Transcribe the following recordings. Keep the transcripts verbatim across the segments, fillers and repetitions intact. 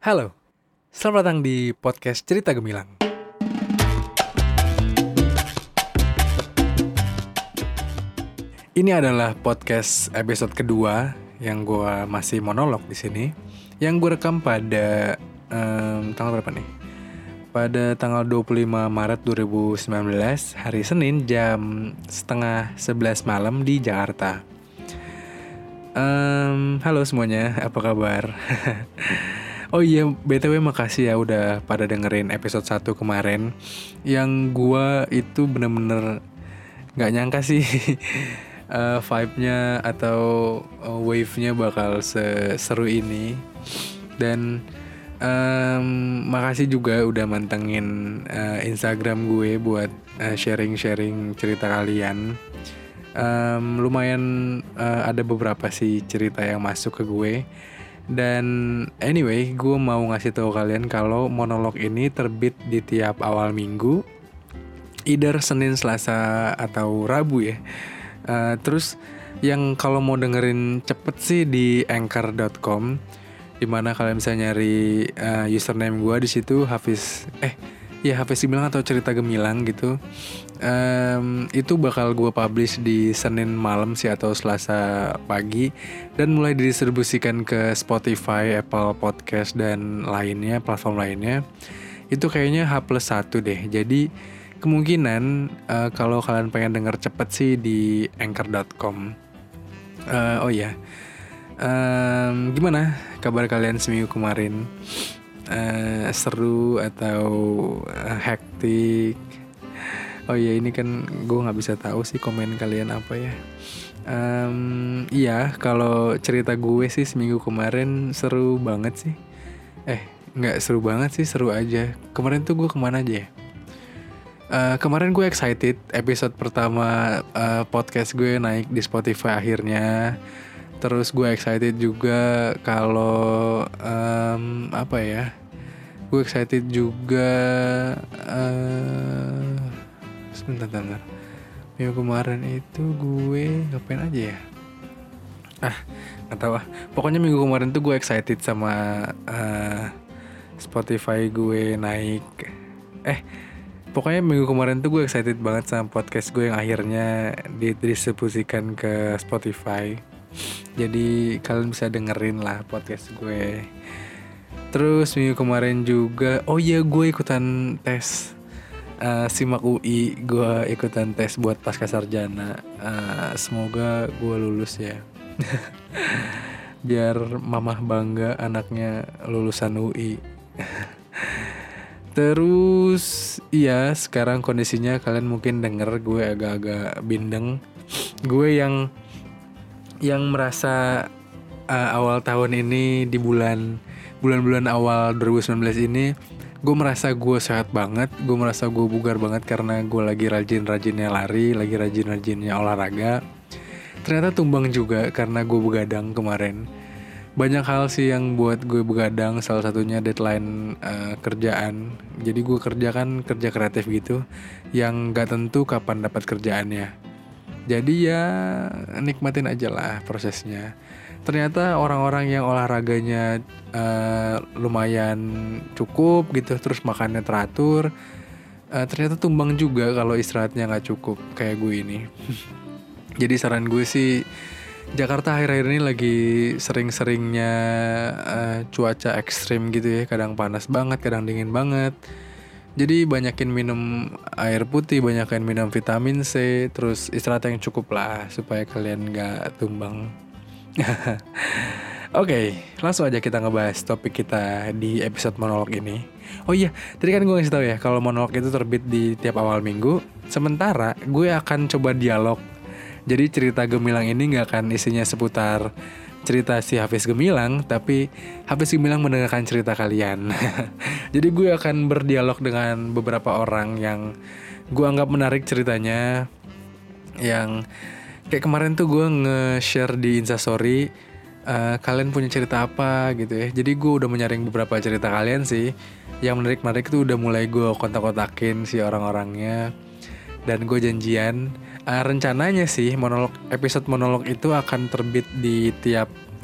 Halo, selamat datang di podcast Cerita Gemilang. Ini adalah podcast episode kedua yang gue masih monolog di sini, yang gue rekam pada um, tanggal berapa nih? Pada tanggal dua puluh lima Maret dua ribu sembilan belas, hari Senin jam setengah sebelas malam di Jakarta. Um, halo semuanya, apa kabar? Oh iya, B T W makasih ya udah pada dengerin episode satu kemarin. Yang gua itu bener-bener gak nyangka sih uh, vibe-nya atau uh, wave-nya bakal seseru ini. Dan um, makasih juga udah mantengin uh, Instagram gue buat uh, sharing-sharing cerita kalian. um, Lumayan uh, ada beberapa sih cerita yang masuk ke gue. Dan anyway, gue mau ngasih tahu kalian kalau monolog ini terbit di tiap awal minggu, either Senin, Selasa, atau Rabu ya. Uh, terus yang kalau mau dengerin cepet sih di anchor dot com, dimana kalian bisa nyari uh, username gue di situ Hafiz eh ya Hafiz Gemilang atau Cerita Gemilang gitu. Um, itu bakal gue publish di Senin malam sih atau Selasa pagi, dan mulai didistribusikan ke Spotify, Apple Podcast, dan lainnya, platform lainnya. Itu kayaknya H plus satu deh. Jadi kemungkinan uh, kalau kalian pengen denger cepet sih di anchor dot com. uh, Oh iya, um, gimana kabar kalian seminggu kemarin? Uh, seru atau uh, hektik? Oh iya, ini kan gue gak bisa tahu sih komen kalian apa ya. um, Iya, kalau cerita gue sih seminggu kemarin seru banget sih. Eh, gak seru banget sih, seru aja. Kemarin tuh gue kemana aja ya? Uh, kemarin gue excited, episode pertama uh, podcast gue naik di Spotify akhirnya. Terus gue excited juga kalau um, apa ya? Gue excited juga uh, Sebentar, sebentar. Minggu kemarin itu gue ngapain aja ya? Ah, nggak tahu ah. Pokoknya minggu kemarin tuh gue excited sama uh, Spotify gue naik. Eh, pokoknya minggu kemarin tuh gue excited banget sama podcast gue yang akhirnya didistribusikan ke Spotify. Jadi kalian bisa dengerin lah podcast gue. Terus minggu kemarin juga, oh iya, gue ikutan tes Uh, SIMAK U I, gue ikutan tes buat pasca sarjana. uh, Semoga gue lulus ya. Biar mamah bangga anaknya lulusan U I. Terus iya, sekarang kondisinya kalian mungkin denger gue agak-agak bindeng. Gue yang Yang merasa uh, awal tahun ini, di bulan Bulan-bulan awal dua ribu sembilan belas ini, gue merasa gue sehat banget, gue merasa gue bugar banget karena gue lagi rajin-rajinnya lari, lagi rajin-rajinnya olahraga. Ternyata tumbang juga karena gue begadang kemarin. Banyak hal sih yang buat gue begadang, salah satunya deadline uh, kerjaan. Jadi gue kerja kan kerja kreatif gitu, yang gak tentu kapan dapat kerjaannya. Jadi ya nikmatin aja lah prosesnya. Ternyata orang-orang yang olahraganya uh, lumayan cukup gitu, terus makannya teratur, uh, ternyata tumbang juga kalau istirahatnya gak cukup kayak gue ini. Jadi saran gue sih, Jakarta akhir-akhir ini lagi sering-seringnya uh, cuaca ekstrim gitu ya. Kadang panas banget, kadang dingin banget. Jadi banyakin minum air putih, banyakin minum vitamin C, terus istirahat yang cukup lah supaya kalian gak tumbang. Oke, okay, langsung aja kita ngebahas topik kita di episode monolog ini. Oh iya, tadi kan gue ngasih tau ya kalau monolog itu terbit di tiap awal minggu. Sementara gue akan coba dialog. Jadi cerita Gemilang ini gak akan isinya seputar cerita si Hafiz Gemilang, tapi Hafiz Gemilang mendengarkan cerita kalian. Jadi gue akan berdialog dengan beberapa orang yang gue anggap menarik ceritanya. Yang kayak kemarin tuh gue nge-share di Instastory, uh, kalian punya cerita apa gitu ya. Jadi gue udah menyaring beberapa cerita kalian sih. Yang menarik-menarik tuh udah mulai gue kontak-kontakin si orang-orangnya. Dan gue janjian, uh, rencananya sih monolog episode monolog itu akan terbit di tiap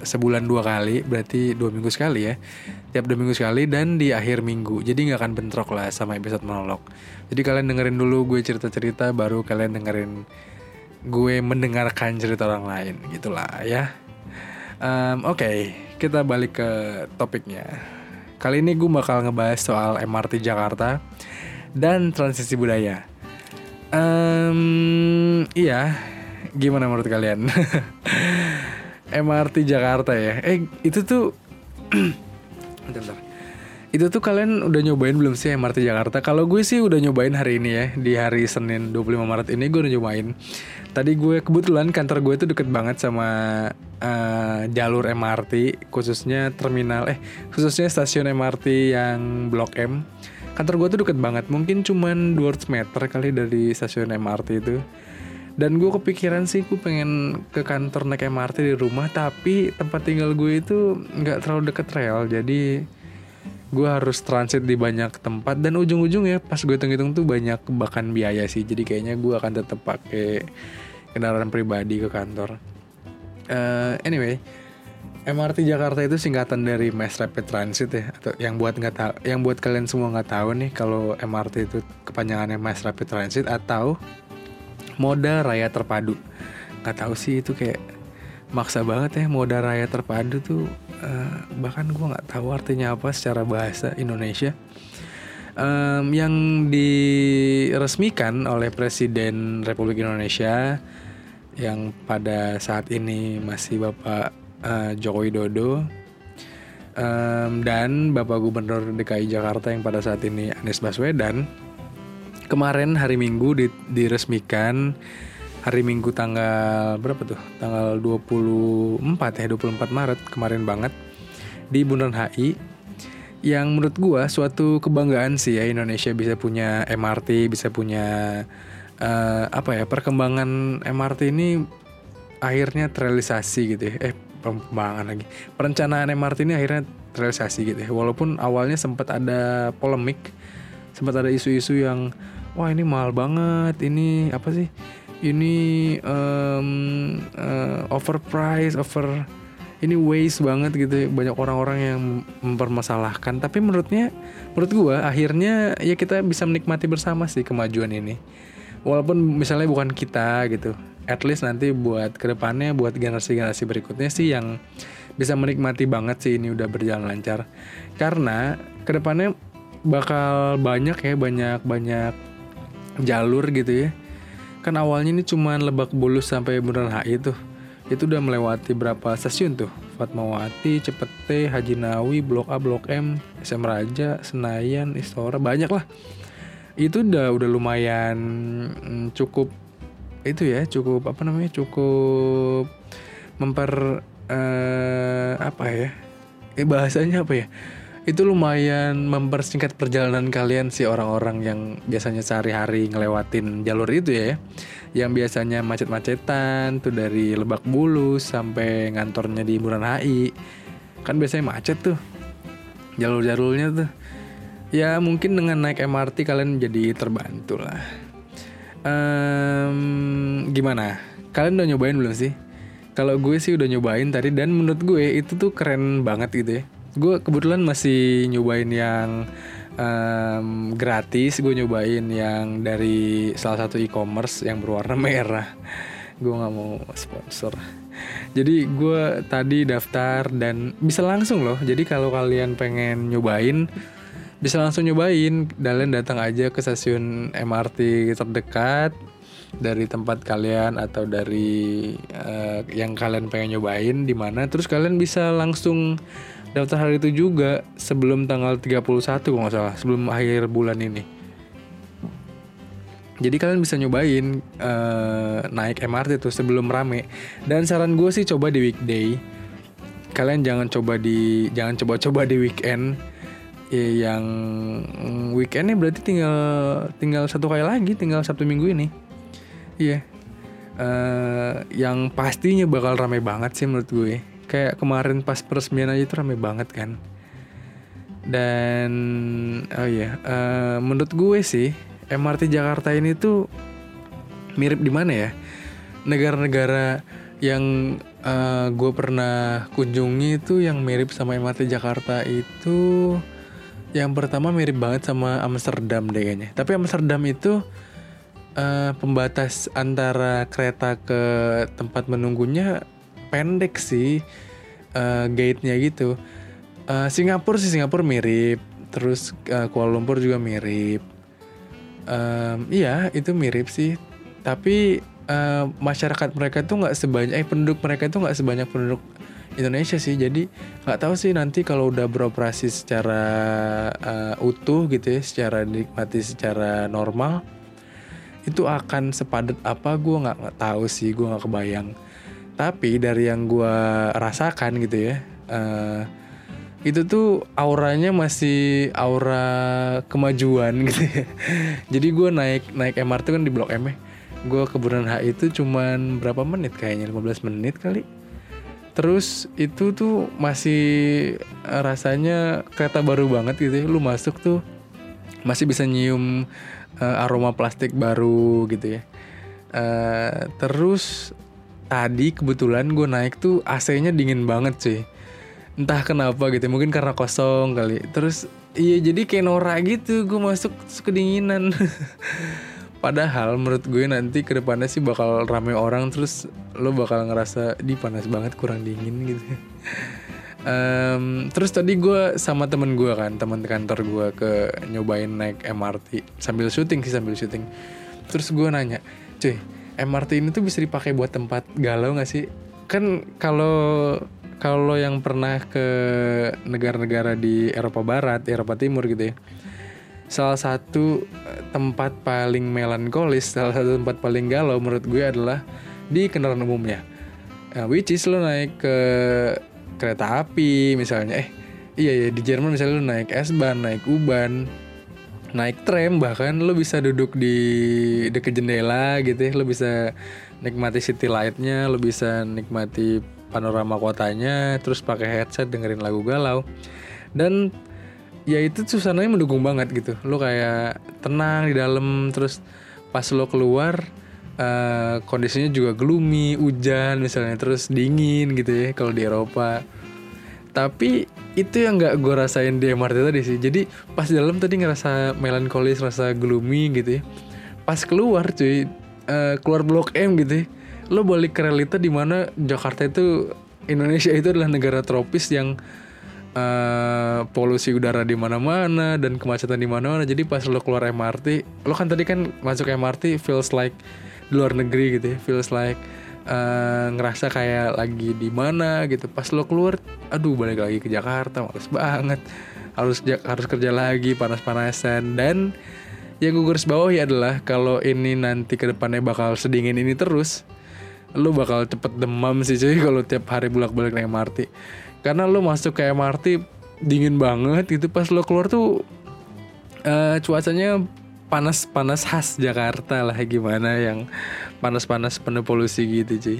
sebulan dua kali, berarti dua minggu sekali ya. Tiap dua minggu sekali dan di akhir minggu. Jadi nggak akan bentrok lah sama episode monolog. Jadi kalian dengerin dulu gue cerita-cerita, baru kalian dengerin gue mendengarkan cerita orang lain, gitulah ya. Um, Oke, okay, kita balik ke topiknya. Kali ini gue bakal ngebahas soal M R T Jakarta dan transisi budaya. Um, iya, gimana menurut kalian? M R T Jakarta ya. Eh itu tuh bentar, bentar. Itu tuh kalian udah nyobain belum sih M R T Jakarta? Kalau gue sih udah nyobain hari ini ya. Di hari Senin dua puluh lima Maret ini gue udah nyobain. Tadi gue kebetulan kantor gue tuh deket banget sama uh, jalur M R T, khususnya terminal eh khususnya stasiun M R T yang Blok M. Kantor gue tuh deket banget. Mungkin cuman dua ratus meter kali dari stasiun M R T itu. Dan gue kepikiran sih gue pengen ke kantor naik M R T di rumah, tapi tempat tinggal gue itu gak terlalu deket rel. Jadi gue harus transit di banyak tempat, dan ujung-ujungnya pas gue hitung-hitung tuh banyak bahkan biaya sih. Jadi kayaknya gue akan tetap pakai kendaraan pribadi ke kantor. uh, Anyway, M R T Jakarta itu singkatan dari Mass Rapid Transit ya. Atau yang buat nggak tahu, yang buat kalian semua nggak tahu nih, kalau M R T itu kepanjangannya Mass Rapid Transit atau Moda Raya Terpadu. Gak tahu sih, itu kayak maksa banget ya, Moda Raya Terpadu tuh. uh, Bahkan gue gak tahu artinya apa secara bahasa Indonesia. um, Yang diresmikan oleh Presiden Republik Indonesia, yang pada saat ini masih Bapak uh, Joko Widodo, um, dan Bapak Gubernur D K I Jakarta yang pada saat ini Anies Baswedan. Kemarin hari Minggu di, diresmikan, hari Minggu tanggal berapa tuh? Tanggal dua puluh empat ya, dua puluh empat Maret kemarin banget, di Bundaran H I. Yang menurut gua suatu kebanggaan sih ya, Indonesia bisa punya M R T, bisa punya uh, apa ya, perkembangan M R T ini akhirnya terrealisasi gitu ya. Eh perkembangan lagi. Perencanaan M R T ini akhirnya terrealisasi gitu ya. Walaupun awalnya sempat ada polemik, sempat ada isu-isu yang wah ini mahal banget, ini apa sih, ini um, uh, overpriced, over ini waste banget gitu. Banyak orang-orang yang mempermasalahkan, tapi menurutnya, menurut gua akhirnya ya kita bisa menikmati bersama sih kemajuan ini. Walaupun misalnya bukan kita gitu, at least nanti buat kedepannya, buat generasi-generasi berikutnya sih yang bisa menikmati banget sih ini udah berjalan lancar. Karena kedepannya bakal banyak ya, banyak-banyak jalur gitu ya. Kan awalnya ini cuman Lebak Bulus sampai Bundaran H I tuh. Itu udah melewati berapa stasiun tuh? Fatmawati, Cepete, Haji Nawi, Blok A, Blok M, S M Raja, Senayan, Istora, banyak lah. Itu udah udah lumayan cukup itu ya, cukup apa namanya? Cukup memper uh, apa ya? Eh bahasanya apa ya? Itu lumayan mempersingkat perjalanan kalian sih, orang-orang yang biasanya sehari-hari ngelewatin jalur itu ya, yang biasanya macet-macetan tuh dari Lebak Bulus sampai ngantornya di Bundaran H I. Kan biasanya macet tuh jalur-jalurnya tuh. Ya mungkin dengan naik M R T kalian jadi terbantu lah. um, Gimana? Kalian udah nyobain belum sih? Kalau gue sih udah nyobain tadi, dan menurut gue itu tuh keren banget gitu ya. Gue kebetulan masih nyobain yang um, gratis. Gue nyobain yang dari salah satu e-commerce yang berwarna merah. Gue gak mau sponsor. Jadi gue tadi daftar dan bisa langsung loh. Jadi kalau kalian pengen nyobain, bisa langsung nyobain. Kalian datang aja ke stasiun M R T terdekat dari tempat kalian, atau dari uh, yang kalian pengen nyobain di mana. Terus kalian bisa langsung daftar hari itu juga sebelum tanggal tiga puluh satu kalau gak salah, sebelum akhir bulan ini. Jadi kalian bisa nyobain uh, naik M R T tuh sebelum rame. Dan saran gue sih coba di weekday. Kalian jangan coba di jangan coba-coba di weekend. Ya, yang weekendnya berarti tinggal tinggal satu kali lagi, tinggal Sabtu Minggu ini. Iya. Uh, yang pastinya bakal rame banget sih menurut gue. Kayak kemarin pas peresmian aja itu rame banget kan. Dan oh iya, uh, menurut gue sih M R T Jakarta ini tuh mirip di mana ya? Negara-negara yang uh, gue pernah kunjungi itu yang mirip sama M R T Jakarta itu, yang pertama mirip banget sama Amsterdam deh kayaknya. Tapi Amsterdam itu uh, pembatas antara kereta ke tempat menunggunya pendek sih, uh, gate-nya gitu. Uh, Singapura sih Singapura mirip, terus uh, Kuala Lumpur juga mirip. Um, iya itu mirip sih, tapi uh, masyarakat mereka tuh nggak sebanyak, eh penduduk mereka tuh nggak sebanyak penduduk Indonesia sih. Jadi nggak tahu sih nanti kalau udah beroperasi secara uh, utuh gitu ya, secara dinikmati secara normal, itu akan sepadat apa gue nggak nggak tahu sih, gue nggak kebayang. Tapi dari yang gue rasakan gitu ya, uh, itu tuh auranya masih aura kemajuan gitu ya. Jadi gue naik naik M R T kan di Blok M ya. Gue ke Bundaran H I itu cuman berapa menit kayaknya, lima belas menit kali. Terus itu tuh masih rasanya kereta baru banget gitu ya. Lu masuk tuh masih bisa nyium uh, aroma plastik baru gitu ya. Uh, terus tadi kebetulan gue naik tuh A C-nya dingin banget cuy. Entah kenapa gitu, mungkin karena kosong kali. Terus iya jadi kayak norak gitu, gue masuk kedinginan. Padahal menurut gue nanti ke depannya sih bakal rame orang, terus lo bakal ngerasa di panas banget, kurang dingin gitu. um, terus tadi gue sama temen gue kan, teman kantor gue ke nyobain naik M R T sambil syuting sih sambil syuting. Terus gue nanya, cuy, M R T ini tuh bisa dipakai buat tempat galau nggak sih? Kan kalau kalau yang pernah ke negara-negara di Eropa Barat, Eropa Timur gitu ya, salah satu tempat paling melankolis, salah satu tempat paling galau menurut gue adalah di kendaraan umumnya. Nah, which is lo naik ke kereta api misalnya, eh iya ya di Jerman misalnya lo naik S-Bahn, naik U-Bahn, naik tram, bahkan lo bisa duduk di dekat jendela gitu ya, lo bisa nikmati city light-nya, lo bisa nikmati panorama kotanya, terus pakai headset dengerin lagu galau. Dan ya itu suasananya mendukung banget gitu. Lo kayak tenang di dalam, terus pas lo keluar uh, kondisinya juga gloomy, hujan misalnya, terus dingin gitu ya kalau di Eropa. Tapi itu yang gak gue rasain di M R T tadi sih. Jadi pas di dalam tadi ngerasa melankolis, rasa gloomy gitu ya. Pas keluar cuy, uh, keluar Blok M gitu ya, lo balik ke realita di mana Jakarta itu, Indonesia itu adalah negara tropis yang uh, polusi udara di mana-mana dan kemacetan di mana-mana. Jadi pas lo keluar M R T, lo kan tadi kan masuk M R T feels like di luar negeri gitu ya, feels like uh, ngerasa kayak lagi di mana gitu. Pas lo keluar, aduh balik lagi ke Jakarta, males banget, harus harus kerja lagi, panas-panasan. Dan yang gue garis bawahi adalah kalau ini nanti ke depannya bakal sedingin ini terus, lo bakal cepet demam sih cuy kalau tiap hari bolak-balik naik M R T. Karena lo masuk ke M R T dingin banget gitu, pas lo keluar tuh uh, cuacanya panas-panas khas Jakarta lah, gimana yang panas-panas penuh polusi gitu cuy.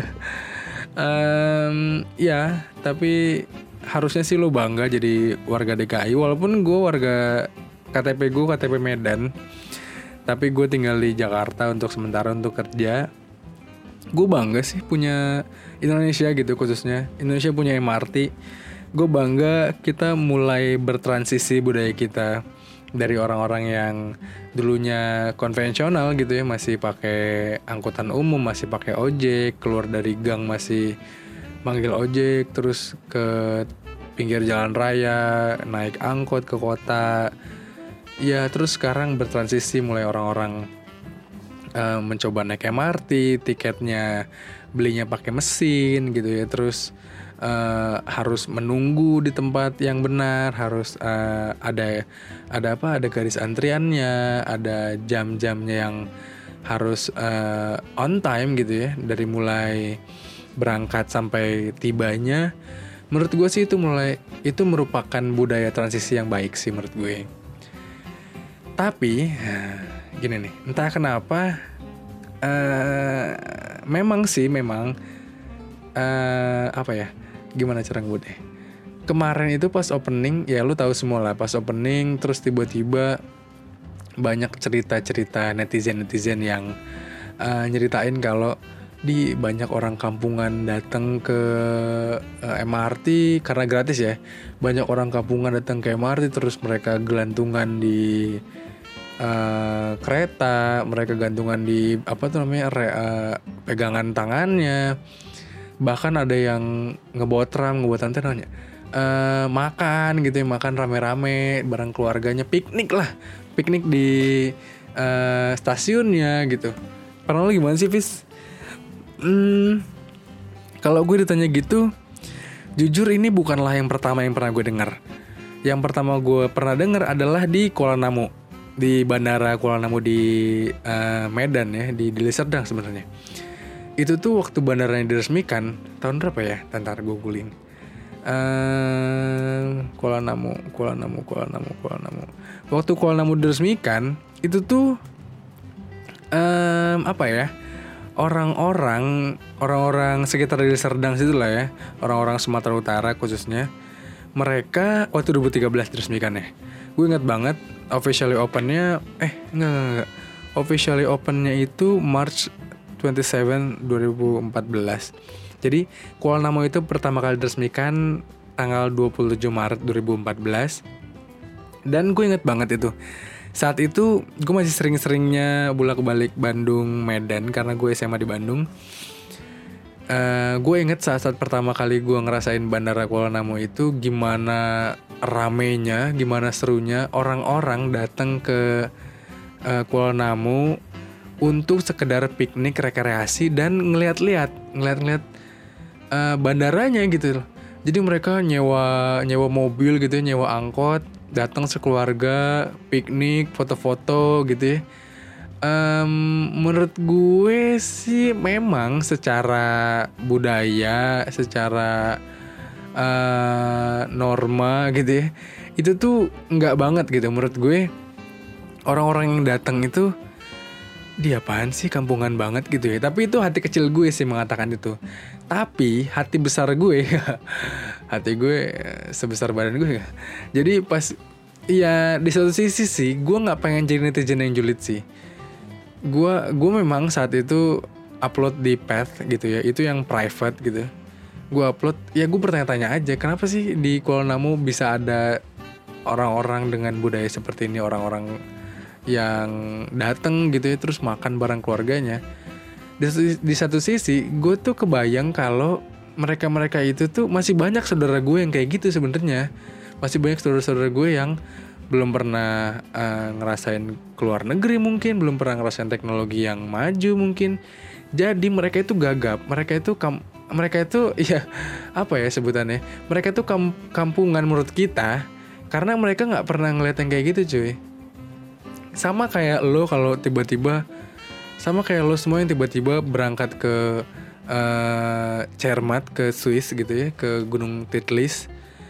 um, ya tapi harusnya sih lo bangga jadi warga D K I, walaupun gue warga K T P gue K T P Medan, tapi gue tinggal di Jakarta untuk sementara untuk kerja. Gue bangga sih punya Indonesia gitu, khususnya Indonesia punya M R T. Gue bangga kita mulai bertransisi budaya kita dari orang-orang yang dulunya konvensional gitu ya, masih pakai angkutan umum, masih pakai ojek, keluar dari gang masih manggil ojek, terus ke pinggir jalan raya naik angkot ke kota. Ya terus sekarang bertransisi mulai orang-orang Uh, mencoba naik M R T, tiketnya belinya pakai mesin gitu ya, terus uh, harus menunggu di tempat yang benar, harus uh, ada ada apa ada garis antriannya, ada jam-jamnya yang harus uh, on time gitu ya, dari mulai berangkat sampai tibanya. Menurut gue sih itu mulai itu merupakan budaya transisi yang baik sih menurut gue. Tapi gini nih, entah kenapa uh, memang sih memang uh, apa ya, gimana cara gue deh, kemarin itu pas opening ya lu tahu semua lah, pas opening terus tiba-tiba banyak cerita-cerita netizen-netizen yang uh, nyeritain kalau di banyak orang kampungan datang ke uh, M R T karena gratis ya. Banyak orang kampungan datang ke M R T terus mereka gelantungan di uh, kereta, mereka gantungan di apa tuh namanya re, uh, pegangan tangannya. Bahkan ada yang ngebawa tram, ngebawa tante namanya uh, makan gitu ya, makan rame-rame bareng keluarganya, piknik lah, piknik di uh, stasiunnya gitu. Pernah lo gimana sih, Fis? Hmm, kalau gue ditanya gitu, jujur ini bukanlah yang pertama yang pernah gue dengar. Yang pertama gue pernah dengar adalah di Kuala Namu, di bandara Kuala Namu di uh, Medan ya, di Deli Serdang sebenarnya. Itu tuh waktu bandaranya diresmikan tahun berapa ya? Ntar gue googling. Uh, Kuala Namu, Kuala Namu, Kuala Namu, Kuala Namu. Waktu Kuala Namu diresmikan, itu tuh um, apa ya? Orang-orang orang-orang sekitar Deli Serdang situ lah ya, orang-orang Sumatera Utara khususnya, mereka waktu dua ribu tiga belas diresmikan ya. Gue ingat banget officially opennya eh enggak enggak, enggak. Officially opennya itu March twenty-seven dua ribu empat belas. Jadi Kuala Namu itu pertama kali diresmikan tanggal dua puluh tujuh Maret dua ribu empat belas. Dan gue inget banget itu. Saat itu gue masih sering-seringnya bolak-balik Bandung Medan karena gue S M A di Bandung. Uh, gue inget saat-saat pertama kali gue ngerasain bandara Kuala Namu itu gimana ramenya, gimana serunya orang-orang datang ke uh, Kuala Namu untuk sekedar piknik, rekreasi dan ngeliat-liat, ngeliat-ngeliat uh, bandaranya gitu. Jadi mereka nyewa nyewa mobil gitu ya, nyewa angkot, datang sekeluarga, piknik, foto-foto gitu ya. Um, menurut gue sih memang secara budaya, secara uh, norma gitu ya, itu tuh nggak banget gitu menurut gue. Orang-orang yang datang itu dia apaan sih, kampungan banget gitu ya. Tapi itu hati kecil gue sih mengatakan itu. Tapi hati besar gue, hati gue sebesar badan gue. Jadi pas, ya di satu sisi sih gue nggak pengen jadi netizen yang julid sih. Gue gue memang saat itu upload di Path gitu ya, itu yang private gitu. Gue upload, ya gue bertanya-tanya aja, kenapa sih di Kuala Namu bisa ada orang-orang dengan budaya seperti ini, orang-orang yang datang gitu ya terus makan bareng keluarganya. Di, di satu sisi gue tuh kebayang kalau mereka-mereka itu tuh masih banyak saudara gue yang kayak gitu sebenarnya. Masih banyak saudara-saudara gue yang belum pernah uh, ngerasain keluar negeri mungkin, belum pernah ngerasain teknologi yang maju mungkin. Jadi mereka itu gagap, mereka itu kam- mereka itu ya apa ya sebutannya? Mereka itu kam- kampungan menurut kita karena mereka nggak pernah ngeliat yang kayak gitu cuy. Sama kayak lo kalau tiba-tiba, sama kayak lo semua yang tiba-tiba berangkat ke uh, Cermat, ke Swiss gitu ya, ke Gunung Titlis.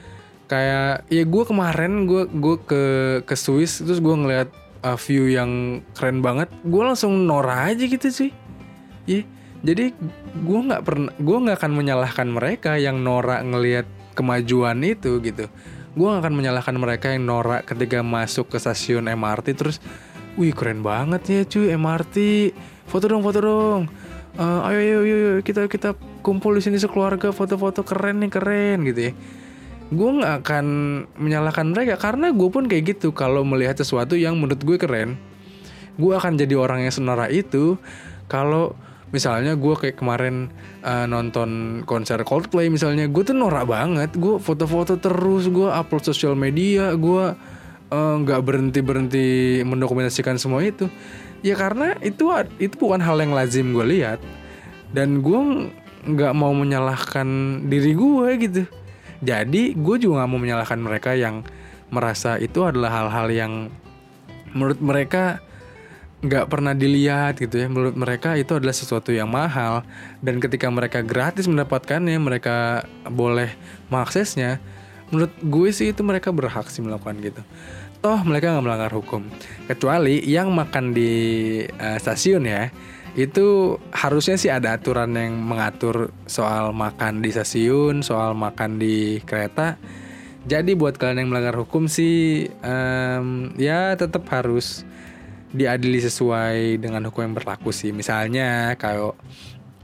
Kayak ya gue kemarin gue gue ke ke Swiss terus gue ngeliat uh, view yang keren banget, gue langsung norak aja gitu sih. Ya, jadi gue nggak pernah, gue nggak akan menyalahkan mereka yang norak ngelihat kemajuan itu gitu. Gue gak akan menyalahkan mereka yang norak ketika masuk ke stasiun M R T terus, wih keren banget ya cuy M R T, foto dong foto dong, uh, ayo ayo ayo kita kita kumpul di sini sekeluarga foto-foto keren nih keren gitu ya. Gue gak akan menyalahkan mereka karena gue pun kayak gitu. Kalau melihat sesuatu yang menurut gue keren, gue akan jadi orang yang senorak itu. Kalau misalnya gue kayak kemarin uh, nonton konser Coldplay misalnya, gue tuh norak banget, gue foto-foto terus, gue upload sosial media, gue uh, gak berhenti-berhenti mendokumentasikan semua itu. Ya karena itu itu bukan hal yang lazim gue lihat, dan gue gak mau menyalahkan diri gue gitu. Jadi gue juga gak mau menyalahkan mereka yang merasa itu adalah hal-hal yang menurut mereka gak pernah dilihat gitu ya. Menurut mereka itu adalah sesuatu yang mahal, dan ketika mereka gratis mendapatkannya, mereka boleh mengaksesnya. Menurut gue sih itu mereka berhak sih melakukan gitu. Toh mereka gak melanggar hukum. Kecuali yang makan di uh, stasiun ya, itu harusnya sih ada aturan yang mengatur soal makan di stasiun, soal makan di kereta. Jadi buat kalian yang melanggar hukum sih um, ya tetap harus diadili sesuai dengan hukum yang berlaku sih. Misalnya kalau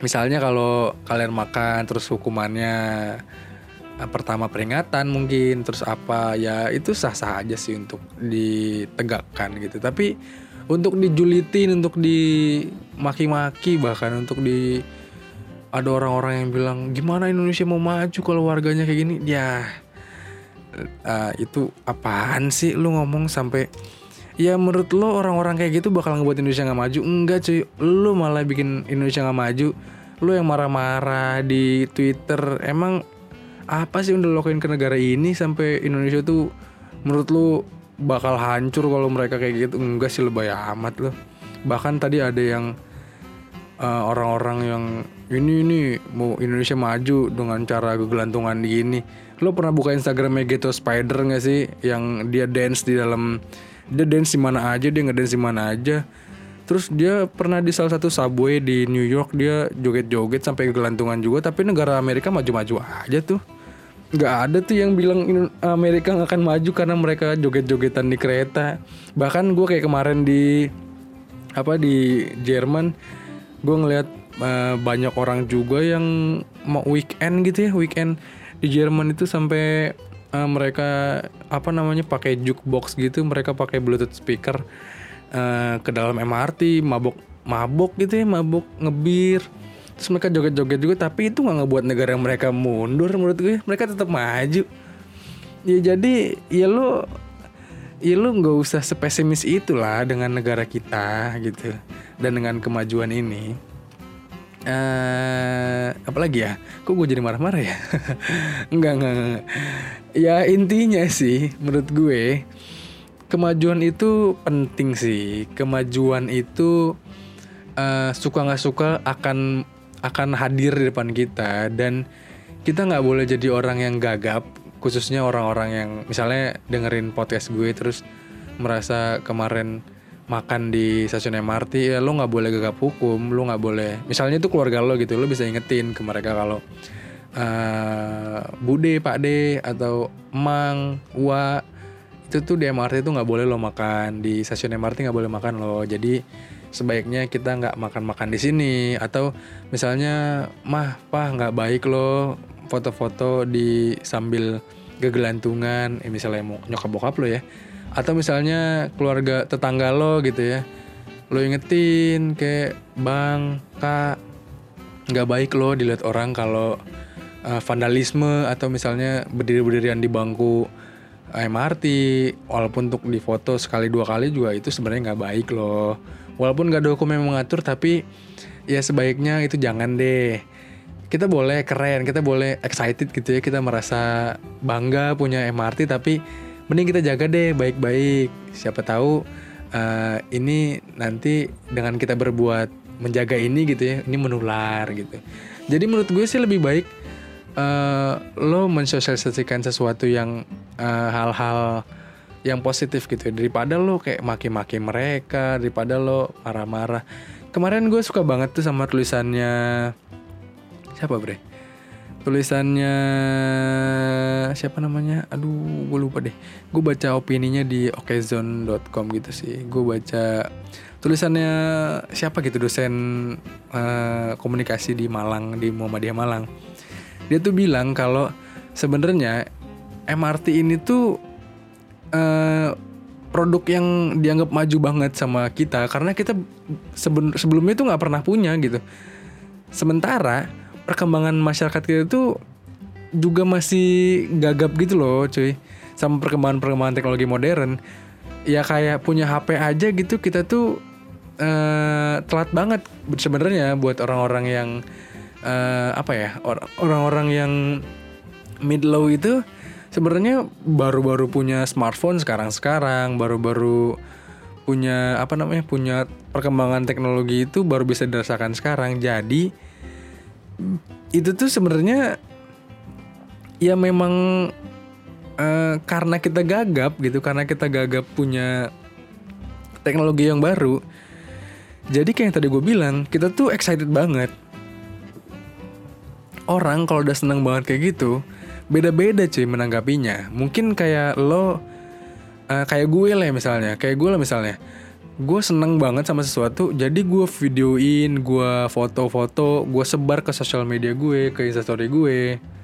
Misalnya kalau kalian makan terus hukumannya uh, pertama peringatan mungkin, terus apa ya, itu sah-sah aja sih untuk ditegakkan gitu. Tapi untuk dijulitin, untuk dimaki-maki, bahkan untuk di ada orang-orang yang bilang gimana Indonesia mau maju kalau warganya kayak gini, ya uh, itu apaan sih lu ngomong sampai, ya menurut lo orang-orang kayak gitu bakal ngebuat Indonesia nggak maju? Enggak cuy, lu malah bikin Indonesia nggak maju. Lu yang marah-marah di Twitter, emang apa sih udah lo lakuin ke negara ini sampai Indonesia tuh menurut lu bakal hancur kalau mereka kayak gitu? Enggak sih, lebay amat lo. Bahkan tadi ada yang uh, orang-orang yang ini ini mau Indonesia maju dengan cara gelantungan gini. Lo pernah buka Instagramnya Ghetto Spider nggak sih, yang dia dance di dalam, dia dance di mana aja, dia ngedance di mana aja. Terus dia pernah di salah satu subway di New York, dia joget-joget sampai gelantungan juga. Tapi negara Amerika maju-maju aja tuh. Nggak ada tuh yang bilang Amerika nggak akan maju karena mereka joget-jogetan di kereta. Bahkan gue kayak kemarin di apa di Jerman, gue ngeliat uh, banyak orang juga yang mau weekend gitu ya, weekend di Jerman itu sampai uh, mereka apa namanya pakai jukebox gitu, mereka pakai Bluetooth speaker uh, ke dalam M R T, mabok mabok gitu ya, mabok ngebir. Terus mereka joget-joget juga, tapi itu gak ngebuat negara mereka mundur menurut gue. Mereka tetap maju. Ya jadi ya lo ya lo gak usah sepesimis itulah dengan negara kita gitu, dan dengan kemajuan ini. uh, Apalagi ya, kok gue jadi marah-marah ya? enggak, enggak, enggak. Ya intinya sih menurut gue, kemajuan itu penting sih. Kemajuan itu uh, suka gak suka akan akan hadir di depan kita, dan kita nggak boleh jadi orang yang gagap, khususnya orang-orang yang misalnya dengerin podcast gue terus merasa kemarin makan di stasiun M R T, ya lo nggak boleh gagap hukum, lo nggak boleh, misalnya itu keluarga lo gitu, lo bisa ingetin ke mereka kalau uh, Bude, Pak De atau Emang, Wa, itu tuh di M R T itu nggak boleh lo makan, di stasiun M R T nggak boleh makan lo, jadi sebaiknya kita nggak makan-makan di sini. Atau misalnya, mah, pah nggak baik lo foto-foto di sambil gegelantungan, eh, misalnya mau nyokap bokap lo ya, atau misalnya keluarga tetangga lo gitu ya, lo ingetin kayak bang, kak, nggak baik lo dilihat orang kalau uh, vandalisme atau misalnya berdiri-berdirian di bangku M R T, walaupun untuk difoto sekali dua kali juga itu sebenarnya nggak baik loh. Walaupun gak ada hukum yang mengatur, tapi ya sebaiknya itu jangan deh. Kita boleh keren, kita boleh excited gitu ya, kita merasa bangga punya M R T, tapi mending kita jaga deh baik-baik. Siapa tahu uh, ini nanti dengan kita berbuat menjaga ini gitu ya, ini menular gitu. Jadi menurut gue sih lebih baik uh, lo mensosialisasikan sesuatu yang uh, hal-hal yang positif gitu, daripada lo kayak maki-maki mereka, daripada lo marah-marah. Kemarin gue suka banget tuh sama tulisannya siapa bre? Tulisannya siapa namanya? Aduh, gue lupa deh. Gue baca opininya di okezone dot com gitu sih. Gue baca tulisannya siapa gitu, dosen uh, komunikasi di Malang, di Muhammadiyah Malang. Dia tuh bilang kalau sebenarnya M R T ini tuh Uh, produk yang dianggap maju banget sama kita, karena kita seben- sebelumnya tuh nggak pernah punya gitu. Sementara perkembangan masyarakat kita tuh juga masih gagap gitu loh cuy, sama perkembangan-perkembangan teknologi modern. Ya kayak punya H P aja gitu, kita tuh uh, telat banget sebenarnya buat orang-orang yang uh, apa ya, or- orang-orang yang mid low itu. Sebenarnya baru-baru punya smartphone sekarang-sekarang, baru-baru punya apa namanya, punya perkembangan teknologi itu baru bisa dirasakan sekarang. Jadi itu tuh sebenarnya ya memang uh, karena kita gagap gitu, karena kita gagap punya teknologi yang baru. Jadi kayak yang tadi gue bilang, kita tuh excited banget. Orang kalau udah seneng banget kayak gitu, beda-beda cuy menanggapinya. Mungkin kayak lo uh, kayak gue lah misalnya, kayak gue lah misalnya, gue seneng banget sama sesuatu, jadi gue videoin, gue foto-foto, gue sebar ke sosial media gue, ke instastory gue.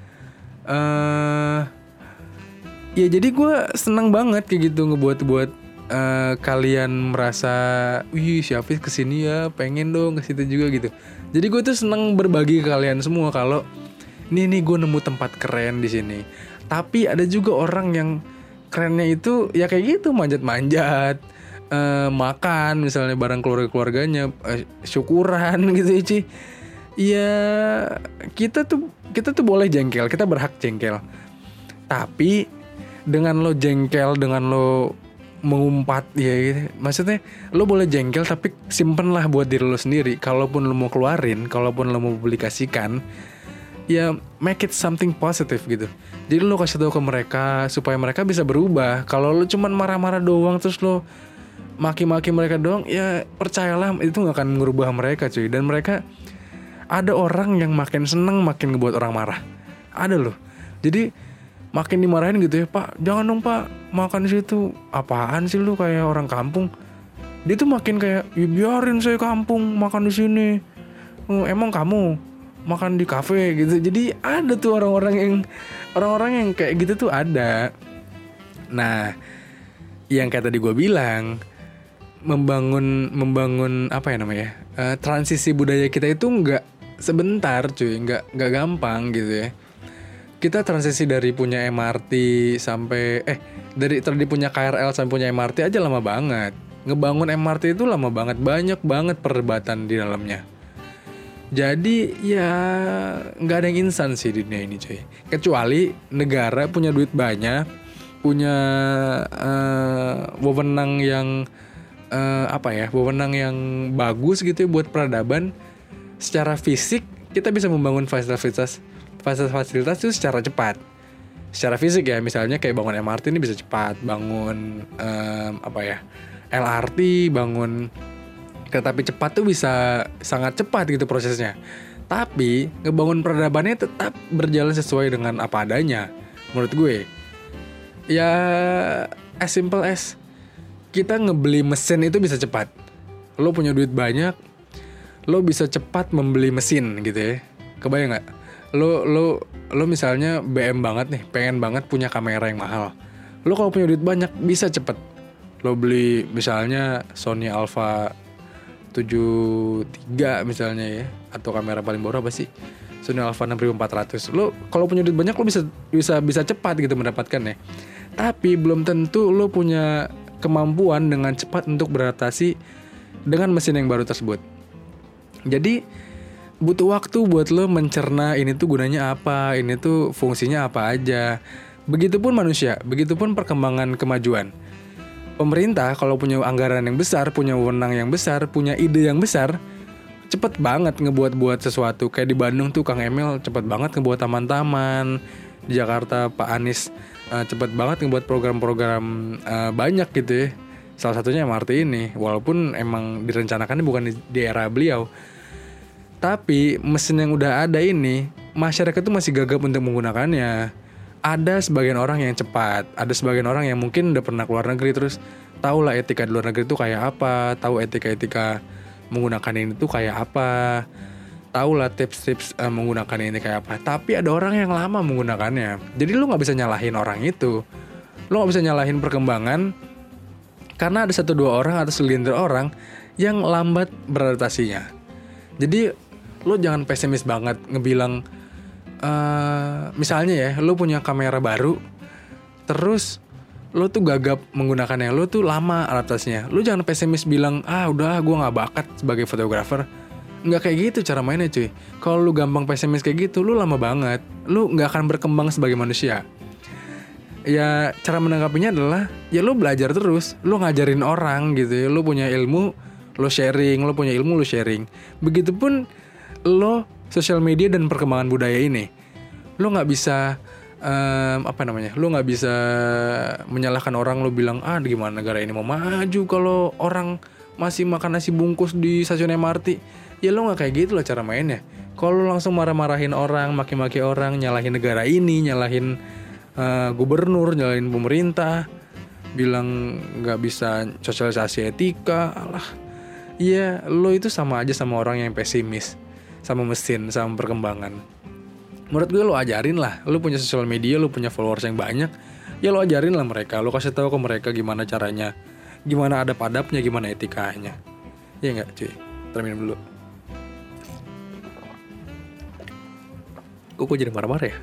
Uh, ya jadi gue seneng banget kayak gitu ngebuat-buat uh, kalian merasa, wih si Hafiz kesini ya, pengen dong ke situ juga gitu. Jadi gue tuh seneng berbagi ke kalian semua kalau nih nih gue nemu tempat keren di sini. Tapi ada juga orang yang kerennya itu ya kayak gitu, manjat-manjat, uh, makan misalnya bareng keluarga-keluarganya, uh, syukuran gitu ya Ci. Ya kita tuh kita tuh boleh jengkel, kita berhak jengkel. Tapi dengan lo jengkel, dengan lo mengumpat ya gitu, maksudnya lo boleh jengkel tapi simpenlah buat diri lo sendiri. Kalaupun lo mau keluarin, kalaupun lo mau publikasikan, ya make it something positive gitu. Jadi lo kasih tahu ke mereka supaya mereka bisa berubah. Kalau lo cuman marah-marah doang terus lo maki-maki mereka doang, ya percayalah itu gak akan merubah mereka cuy. Dan mereka, ada orang yang makin seneng makin ngebuat orang marah. Ada loh. Jadi makin dimarahin gitu ya, Pak jangan dong Pak makan di situ. Apaan sih lu kayak orang kampung? Dia tuh makin kayak, ya biarin saya kampung makan di sini. Oh, emang kamu makan di kafe gitu. Jadi ada tuh orang-orang yang orang-orang yang kayak gitu tuh ada. Nah, yang kayak tadi gue bilang, membangun membangun apa ya namanya? Uh, transisi budaya kita itu nggak sebentar, cuy, nggak nggak gampang gitu ya. Kita transisi dari punya M R T sampai eh dari tadi punya K R L sampai punya M R T aja lama banget. Ngebangun M R T itu lama banget, banyak banget perdebatan di dalamnya. Jadi ya nggak ada yang instan sih di dunia ini cuy. Kecuali negara punya duit banyak, punya uh, wewenang yang uh, apa ya, wewenang yang bagus gitu ya buat peradaban. Secara fisik kita bisa membangun fasilitas fasilitas itu secara cepat. Secara fisik ya, misalnya kayak bangun M R T ini bisa cepat, bangun um, apa ya, L R T, bangun kereta api cepat tuh bisa sangat cepat gitu prosesnya. Tapi ngebangun peradabannya tetap berjalan sesuai dengan apa adanya. Menurut gue, ya as simple as kita ngebeli mesin itu bisa cepat. Lo punya duit banyak, lo bisa cepat membeli mesin gitu ya. Kebayang nggak? Lo lo lo misalnya B M banget nih, pengen banget punya kamera yang mahal. Lo kalau punya duit banyak bisa cepet. Lo beli misalnya Sony Alpha tujuh tiga misalnya ya, atau kamera paling baru apa sih, Sony Alpha enam ribu empat ratus. Lo kalau punya duit banyak lo bisa bisa bisa cepat gitu mendapatkannya. Tapi belum tentu lo punya kemampuan dengan cepat untuk beradaptasi dengan mesin yang baru tersebut. Jadi butuh waktu buat lo mencerna ini tuh gunanya apa, ini tuh fungsinya apa aja. Begitupun manusia, begitupun perkembangan kemajuan. Pemerintah kalau punya anggaran yang besar, punya wewenang yang besar, punya ide yang besar, cepet banget ngebuat-buat sesuatu. Kayak di Bandung tuh Kang Emil cepet banget ngebuat taman-taman. Di Jakarta Pak Anies uh, cepet banget ngebuat program-program uh, banyak gitu ya. Salah satunya M R T ini, walaupun emang direncanakannya bukan di, di era beliau. Tapi mesin yang udah ada ini, masyarakat tuh masih gagap untuk menggunakannya. Ada sebagian orang yang cepat, ada sebagian orang yang mungkin udah pernah keluar negeri terus tahu lah etika di luar negeri itu kayak apa, tahu etika-etika menggunakan ini tuh kayak apa, tahu lah tips-tips uh, menggunakan ini kayak apa. Tapi ada orang yang lama menggunakannya, jadi lu nggak bisa nyalahin orang itu, lu nggak bisa nyalahin perkembangan karena ada satu dua orang atau segelintir orang yang lambat beradaptasinya. Jadi lu jangan pesimis banget ngebilang. Uh, misalnya ya, lo punya kamera baru, terus lo tuh gagap menggunakannya, lo tuh lama adaptasinya. Lo jangan pesimis bilang, ah udah gue gak bakat sebagai fotografer. Nggak kayak gitu cara mainnya cuy. Kalau lo gampang pesimis kayak gitu, lo lama banget, lo gak akan berkembang sebagai manusia. Ya cara menanggapinya adalah, ya lo belajar terus, lo ngajarin orang gitu ya. Lo punya ilmu, lo sharing, lo punya ilmu, lo sharing. Begitupun lo sosial media dan perkembangan budaya ini, lo nggak bisa um, apa namanya, lo nggak bisa menyalahkan orang. Lo bilang ah gimana negara ini mau maju kalau orang masih makan nasi bungkus di stasiun M R T. Ya lo nggak kayak gitu lah cara mainnya. Kalau lo langsung marah-marahin orang, maki-maki orang, nyalahin negara ini, nyalahin uh, gubernur, nyalahin pemerintah, bilang nggak bisa sosialisasi etika. Alah, iya, lo itu sama aja sama orang yang pesimis sama mesin, sama perkembangan. Menurut gue lo ajarin lah, lo punya sosial media, lo punya followers yang banyak, ya lo ajarin lah mereka, lo kasih tahu ke mereka gimana caranya, gimana ada padapnya, gimana etikanya. Iya nggak cuy? Terminum dulu. Kok gue jadi marah-marah ya?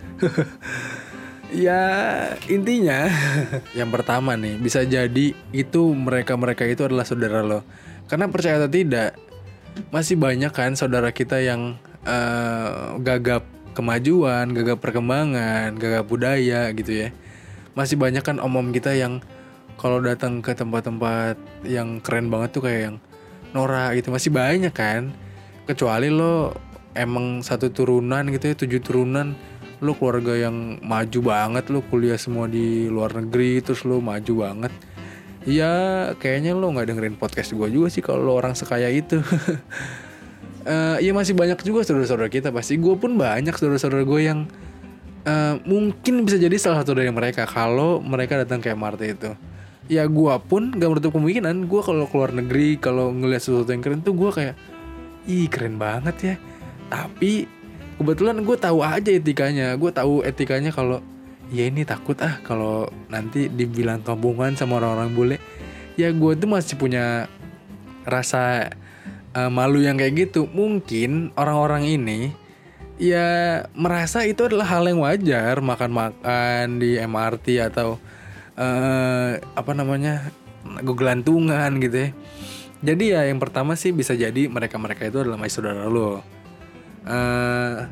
Ya intinya yang pertama nih, bisa jadi itu mereka-mereka itu adalah saudara lo. Karena percaya atau tidak, masih banyak kan saudara kita yang uh, gagap kemajuan, gagap perkembangan, gagap budaya gitu ya. Masih banyak kan om-om kita yang kalau datang ke tempat-tempat yang keren banget tuh kayak yang Nora gitu. Masih banyak kan. Kecuali lo emang satu turunan gitu ya, tujuh turunan, lo keluarga yang maju banget, lo kuliah semua di luar negeri, terus lo maju banget. Ya kayaknya lo gak dengerin podcast gue juga sih kalau lo orang sekaya itu. uh, Ya masih banyak juga saudara-saudara kita. Pasti gue pun banyak saudara-saudara gue yang uh, mungkin bisa jadi salah satu dari mereka kalau mereka datang ke M R T itu. Ya gue pun gak menutup kemungkinan, gue kalau keluar negeri, kalau ngeliat sesuatu yang keren tuh gue kayak, ih keren banget ya. Tapi kebetulan gue tahu aja etikanya. Gue tahu etikanya kalau ya ini takut ah kalau nanti dibilang kampungan sama orang-orang bule. Ya gue tuh masih punya rasa uh, malu yang kayak gitu. Mungkin orang-orang ini ya merasa itu adalah hal yang wajar, makan-makan di M R T atau uh, apa namanya, gelantungan gitu ya. Jadi ya yang pertama sih bisa jadi mereka-mereka itu adalah masih saudara lo. Uh,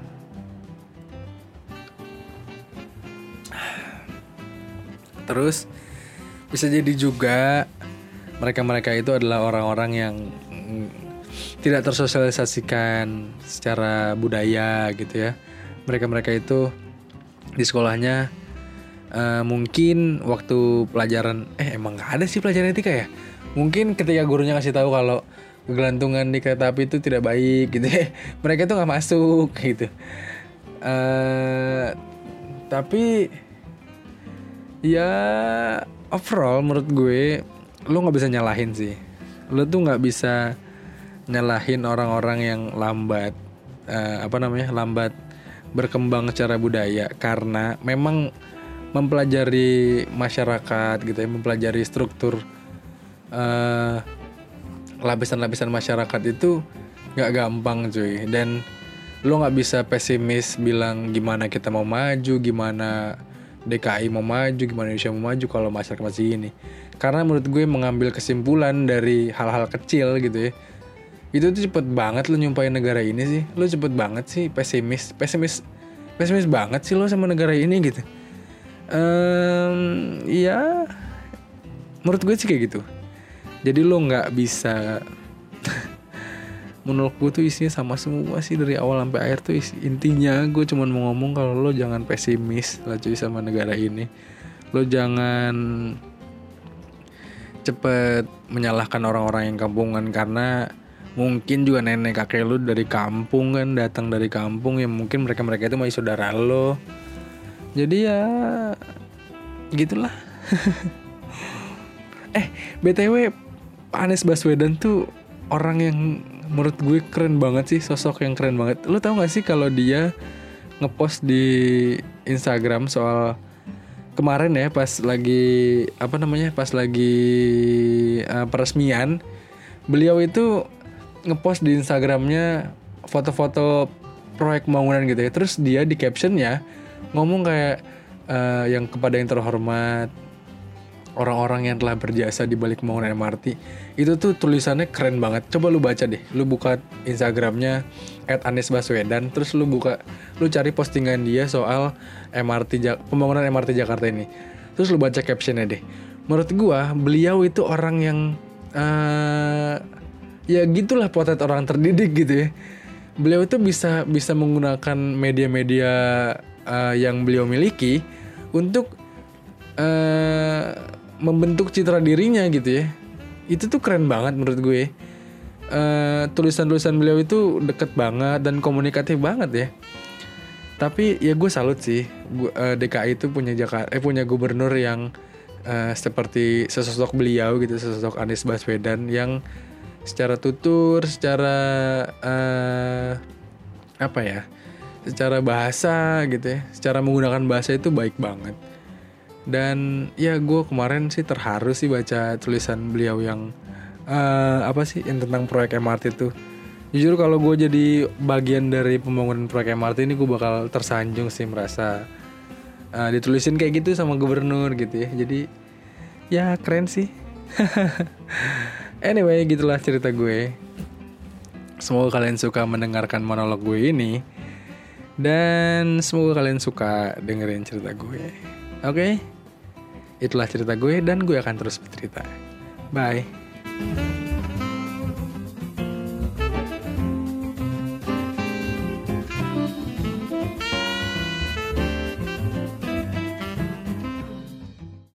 Terus bisa jadi juga mereka-mereka itu adalah orang-orang yang tidak tersosialisasikan secara budaya gitu ya. Mereka-mereka itu di sekolahnya uh, mungkin waktu pelajaran eh emang gak ada sih pelajaran etika ya. Mungkin ketika gurunya kasih tahu kalau gelantungan di kereta api itu tidak baik gitu ya, mereka tuh gak masuk gitu. uh, Tapi ya overall menurut gue lo gak bisa nyalahin sih. Lo tuh gak bisa nyalahin orang-orang yang lambat uh, Apa namanya lambat berkembang secara budaya. Karena memang mempelajari masyarakat gitu ya, mempelajari struktur uh, lapisan-lapisan masyarakat itu gak gampang cuy. Dan lo gak bisa pesimis bilang gimana kita mau maju, gimana D K I mau maju, gimana Indonesia mau maju kalau masyarakat masih gini. Karena menurut gue mengambil kesimpulan dari hal-hal kecil gitu ya, itu tuh cepet banget lo nyumpahin negara ini sih. Lo cepet banget sih pesimis, pesimis, pesimis banget sih lo sama negara ini gitu. Um, ya, menurut gue sih kayak gitu. Jadi lo nggak bisa. Menurut gue tuh isinya sama semua sih dari awal sampai akhir tuh isi. Intinya gue cuma mau ngomong kalau lo jangan pesimis lah cuy sama negara ini. Lo jangan cepet menyalahkan orang-orang yang kampungan, karena mungkin juga nenek kakek lo dari kampung kan, datang dari kampung, ya mungkin mereka-mereka itu masih saudara lo. Jadi ya gitulah. Eh B T W Anies Baswedan tuh orang yang menurut gue keren banget sih, sosok yang keren banget. Lo tau gak sih kalau dia ngepost di Instagram soal kemarin ya, pas lagi apa namanya, pas lagi uh, peresmian, beliau itu ngepost di Instagramnya foto-foto proyek pembangunan gitu ya. Terus dia di captionnya ngomong kayak uh, yang kepada yang terhormat, orang-orang yang telah berjasa di balik pembangunan M R T. Itu tuh tulisannya keren banget. Coba lu baca deh. Lu buka Instagramnya et anies baswedan, terus lu buka, lu cari postingan dia soal M R T pembangunan M R T Jakarta ini. Terus lu baca captionnya deh. Menurut gua beliau itu orang yang uh, ya gitulah, potret orang terdidik gitu ya. Beliau itu bisa bisa menggunakan media-media uh, yang beliau miliki untuk uh, membentuk citra dirinya gitu ya. Itu tuh keren banget menurut gue. Uh, tulisan-tulisan beliau itu deket banget dan komunikatif banget ya. Tapi ya gue salut sih, gue, uh, D K I itu punya Jakarta, eh punya gubernur yang uh, seperti sesosok beliau gitu, sesosok Anies Baswedan yang secara tutur, secara uh, apa ya, secara bahasa gitu ya, secara menggunakan bahasa itu baik banget. Dan ya gue kemarin sih terharu sih baca tulisan beliau yang uh, apa sih yang tentang proyek M R T itu. Jujur kalau gue jadi bagian dari pembangunan proyek M R T ini, gue bakal tersanjung sih merasa uh, ditulisin kayak gitu sama gubernur gitu ya. Jadi ya keren sih. Anyway, gitulah cerita gue. Semoga kalian suka mendengarkan monolog gue ini, dan semoga kalian suka dengerin cerita gue. Oke, okay? Itulah cerita gue dan gue akan terus bercerita. Bye.